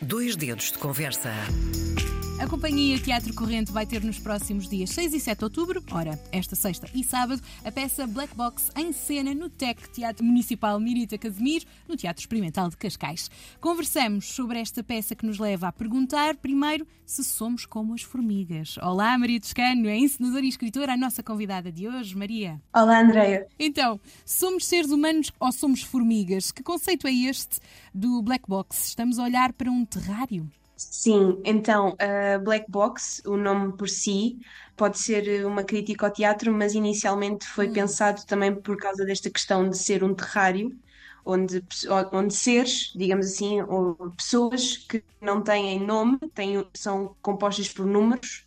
Dois dedos de conversa. A Companhia Teatro Corrente vai ter nos próximos dias 6 e 7 de outubro, esta sexta e sábado, a peça Black Box em cena no TEC, Teatro Municipal Mirita Casimiro, no Teatro Experimental de Cascais. Conversamos sobre esta peça que nos leva a perguntar, primeiro, se somos como as formigas. Olá, Maria Toscano, é encenadora e escritora, a nossa convidada de hoje. Maria. Olá, Andreia. Então, somos seres humanos ou somos formigas? Que conceito é este do Black Box? Estamos a olhar para um terrário? Sim, então, a Black Box, o nome por si, pode ser uma crítica ao teatro, mas inicialmente foi pensado também por causa desta questão de ser um terrário, onde seres, digamos assim, ou pessoas que não têm nome, são compostas por números,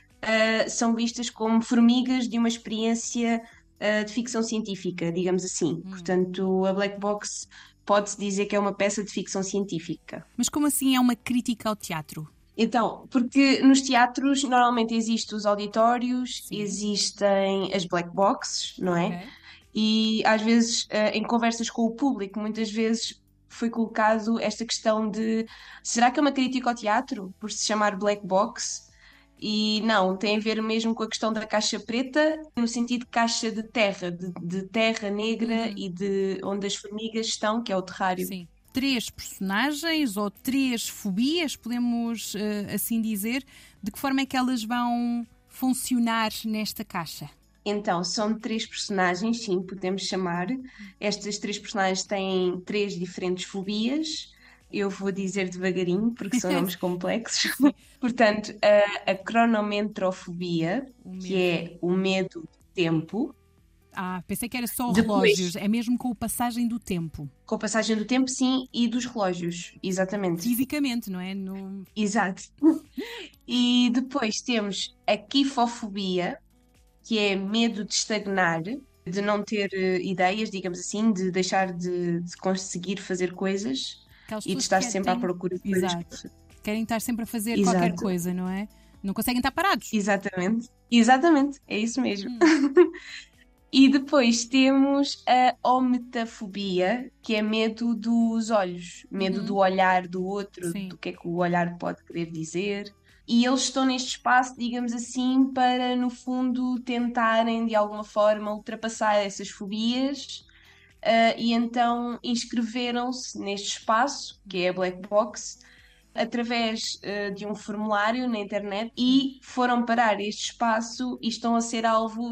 são vistas como formigas de uma experiência de ficção científica, digamos assim. Portanto, a Black Box pode-se dizer que é uma peça de ficção científica. Mas como assim é uma crítica ao teatro? Então, porque nos teatros normalmente existem os auditórios, Sim. existem as black boxes, não é? Ok. E às vezes, em conversas com o público, muitas vezes foi colocado esta questão de será que é uma crítica ao teatro por se chamar black box? E não, tem a ver mesmo com a questão da caixa preta, no sentido de caixa de terra, de terra negra e de onde as formigas estão, que é o terrário. Sim. 3 personagens ou 3 fobias, podemos assim dizer. De que forma é que elas vão funcionar nesta caixa? Então, são 3 personagens, sim, podemos chamar. Estas 3 personagens têm 3 diferentes fobias. Eu vou dizer devagarinho, porque são nomes complexos. Portanto, a cronometrofobia, que é o medo do tempo. Pensei que era só Depois, relógios. É mesmo com a passagem do tempo. com a passagem do tempo, sim, e dos relógios, exatamente. Fisicamente, não é? Exato. E depois temos a quifofobia, que é medo de estagnar, de não ter ideias, digamos assim, de deixar de conseguir fazer coisas Aquelas e de pessoas estar que sempre à procura de coisas. Exato. Querem estar sempre a fazer Exato. qualquer coisa, não é? Não conseguem estar parados. Exatamente, é isso mesmo. E depois temos a ometafobia, que é medo dos olhos, medo do olhar do outro, Sim. do que é que o olhar pode querer dizer. E eles estão neste espaço, digamos assim, para, no fundo, tentarem de alguma forma ultrapassar essas fobias. E então inscreveram-se neste espaço, que é a Black Box, através de um formulário na internet e foram parar este espaço e estão a ser alvo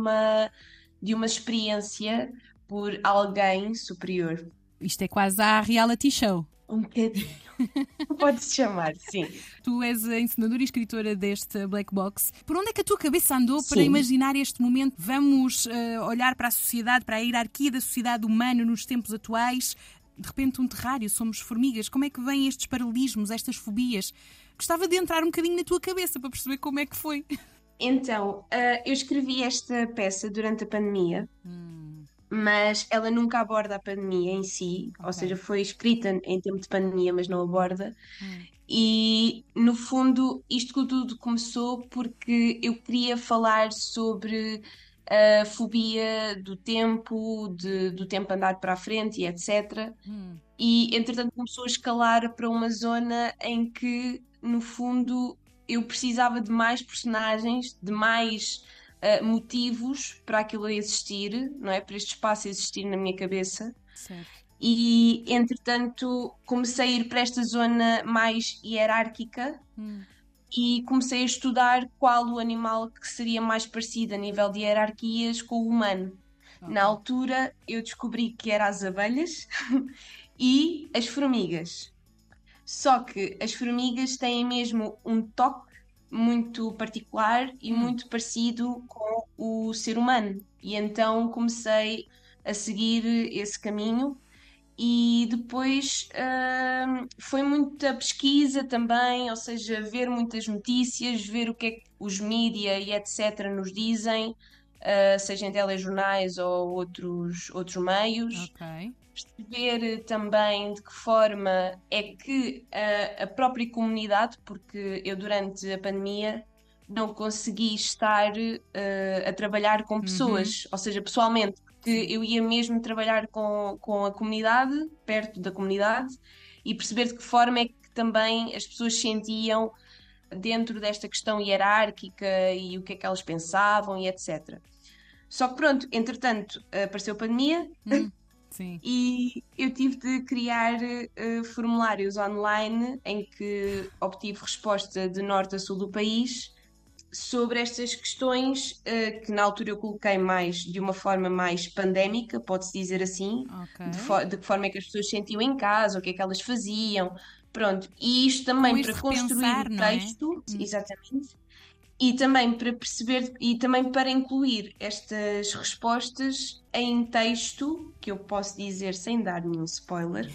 de uma experiência por alguém superior. Isto é quase a reality show. Um bocadinho. Pode-se chamar, sim. Tu és a encenadora e escritora deste Black Box. Por onde é que a tua cabeça andou para Sim. imaginar este momento? Vamos olhar para a sociedade, para a hierarquia da sociedade humana nos tempos atuais. De repente um terrário, somos formigas. Como é que vêm estes paralelismos, estas fobias? Gostava de entrar um bocadinho na tua cabeça para perceber como é que foi. Então, eu escrevi esta peça durante a pandemia, mas ela nunca aborda a pandemia em si, ou seja, foi escrita em tempo de pandemia, mas não aborda. E, no fundo, isto tudo começou porque eu queria falar sobre a fobia do tempo, do tempo andar para a frente e etc. E, entretanto, começou a escalar para uma zona em que, no fundo, eu precisava de mais personagens, de mais motivos para aquilo existir, não é? Para este espaço existir na minha cabeça. Certo. E, entretanto, comecei a ir para esta zona mais hierárquica e comecei a estudar qual o animal que seria mais parecido a nível de hierarquias com o humano. Na altura, eu descobri que eram as abelhas e as formigas. Só que as formigas têm mesmo um toque muito particular e muito parecido com o ser humano. E então comecei a seguir esse caminho. E depois foi muita pesquisa também, ou seja, ver muitas notícias, ver o que é que os mídia e etc. nos dizem, seja em telejornais ou outros meios. Ok. Perceber também de que forma é que a própria comunidade, porque eu durante a pandemia não consegui estar a trabalhar com pessoas, ou seja, pessoalmente, porque eu ia mesmo trabalhar com a comunidade, perto da comunidade, e perceber de que forma é que também as pessoas sentiam dentro desta questão hierárquica e o que é que elas pensavam e etc. Só que pronto, entretanto, apareceu a pandemia Sim. e eu tive de criar formulários online em que obtive resposta de norte a sul do país sobre estas questões que na altura eu coloquei mais de uma forma mais pandémica, pode-se dizer assim, de que forma é que as pessoas se sentiam em casa, o que é que elas faziam, pronto. E isto também para construir o texto, exatamente, e também para perceber e também para incluir estas respostas em texto, que eu posso dizer sem dar nenhum spoiler.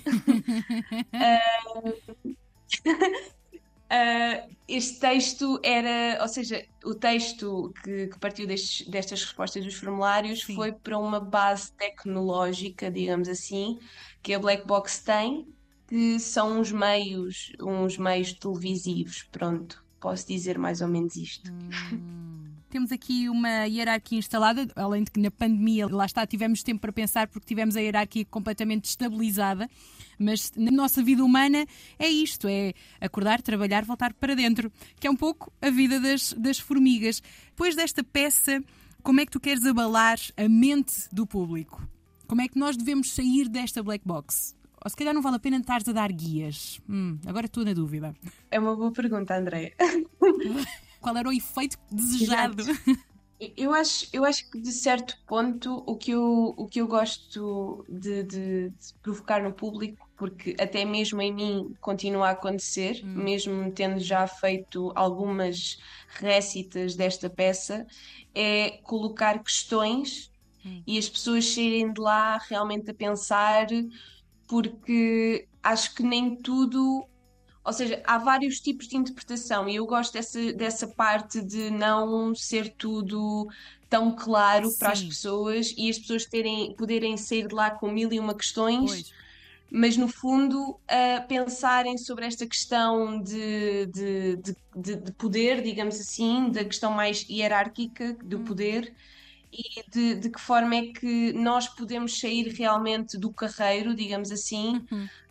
Este texto era, ou seja, o texto que partiu destas respostas dos formulários foi para uma base tecnológica, digamos assim, que a Black Box tem, que são uns meios televisivos, pronto, posso dizer mais ou menos isto. Temos aqui uma hierarquia instalada, além de que na pandemia, lá está, tivemos tempo para pensar porque tivemos a hierarquia completamente estabilizada, mas na nossa vida humana é isto, é acordar, trabalhar, voltar para dentro, que é um pouco a vida das formigas. Depois desta peça, como é que tu queres abalar a mente do público? Como é que nós devemos sair desta black box? Ou se calhar não vale a pena estares a dar guias? Agora estou na dúvida. É uma boa pergunta, Andréia. Qual era o efeito desejado? Eu acho que de certo ponto o que eu gosto de provocar no público, porque até mesmo em mim continua a acontecer, mesmo tendo já feito algumas récitas desta peça, é colocar questões e as pessoas saírem de lá realmente a pensar, porque acho que nem tudo. Ou seja, há vários tipos de interpretação e eu gosto dessa parte de não ser tudo tão claro para as pessoas e as pessoas poderem sair de lá com 1001 questões, mas no fundo pensarem sobre esta questão de poder, digamos assim, da questão mais hierárquica do poder e de que forma é que nós podemos sair realmente do carreiro, digamos assim.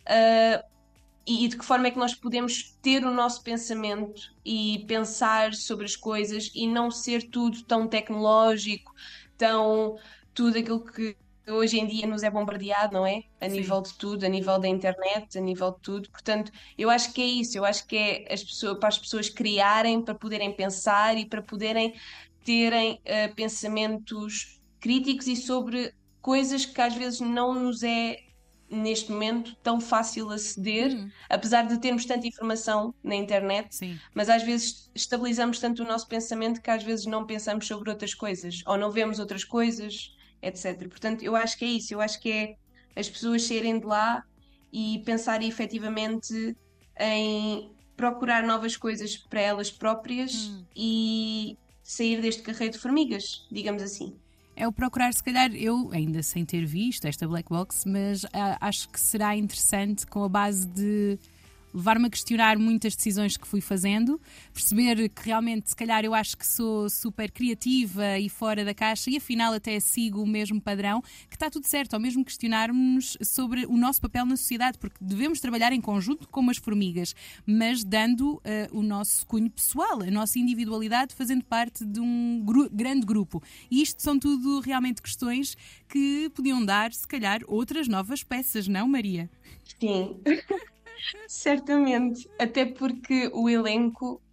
E de que forma é que nós podemos ter o nosso pensamento e pensar sobre as coisas e não ser tudo tão tecnológico, tudo aquilo que hoje em dia nos é bombardeado, não é? A nível de tudo, a nível da internet, a nível de tudo. Portanto, eu acho que é isso, eu acho que é para as pessoas criarem, para poderem pensar e para poderem terem pensamentos críticos e sobre coisas que às vezes não nos é neste momento tão fácil aceder, apesar de termos tanta informação na internet, mas às vezes estabilizamos tanto o nosso pensamento que às vezes não pensamos sobre outras coisas ou não vemos outras coisas, etc. Portanto, eu acho que é isso, eu acho que é as pessoas saírem de lá e pensarem efetivamente em procurar novas coisas para elas próprias e sair deste carreiro de formigas, digamos assim. É o procurar, se calhar, eu ainda sem ter visto esta Black Box, mas acho que será interessante com a base de levar-me a questionar muitas decisões que fui fazendo, perceber que realmente, se calhar, eu acho que sou super criativa e fora da caixa e afinal até sigo o mesmo padrão, que está tudo certo, ou mesmo questionarmos sobre o nosso papel na sociedade, porque devemos trabalhar em conjunto como as formigas, mas dando o nosso cunho pessoal, a nossa individualidade, fazendo parte de um grande grupo. E isto são tudo realmente questões que podiam dar, se calhar, outras novas peças, não, Maria? Sim. Certamente, até porque o elenco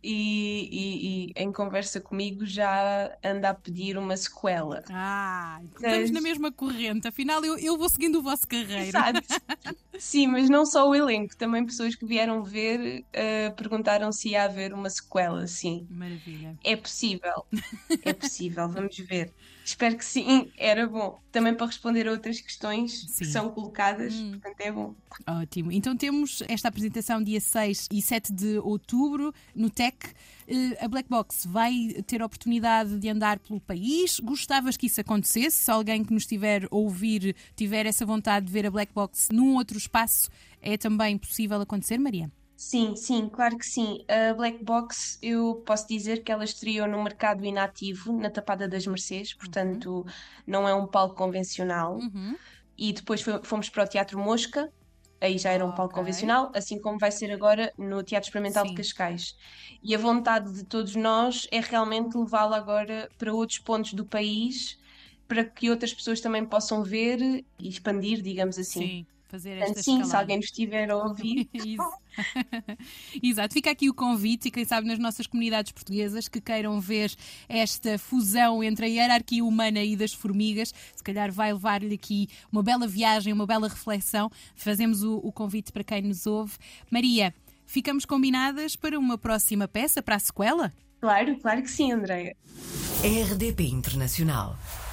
e em conversa comigo já anda a pedir uma sequela. Estamos na mesma corrente, afinal eu vou seguindo o vosso carreiro. Exato. Sim, mas não só o elenco, também pessoas que vieram ver perguntaram se ia haver uma sequela, sim. Maravilha. É possível, vamos ver. Espero que sim, era bom. Também para responder a outras questões que são colocadas, portanto é bom. Ótimo. Então temos esta apresentação dia 6 e 7 de outubro no TEC. A Black Box vai ter a oportunidade de andar pelo país. Gostavas que isso acontecesse? Se alguém que nos estiver a ouvir tiver essa vontade de ver a Black Box num outro espaço, é também possível acontecer, Maria? Sim, claro que sim. A Black Box, eu posso dizer que ela estreou no mercado inativo, na Tapada das Mercês, portanto não é um palco convencional. E depois fomos para o Teatro Mosca, aí já era um palco Ok. convencional, assim como vai ser agora no Teatro Experimental de Sim. Cascais. E a vontade de todos nós é realmente levá-lo agora para outros pontos do país, para que outras pessoas também possam ver e expandir, digamos assim. Sim, fazer Portanto, esta sim, se escalada. alguém nos estiver a ouvir, Isso. Exato, fica aqui o convite e quem sabe nas nossas comunidades portuguesas que queiram ver esta fusão entre a hierarquia humana e das formigas, se calhar vai levar-lhe aqui uma bela viagem, uma bela reflexão. Fazemos o convite para quem nos ouve. Maria, ficamos combinadas para uma próxima peça, para a sequela? claro, claro que sim, Andréia. RDP Internacional.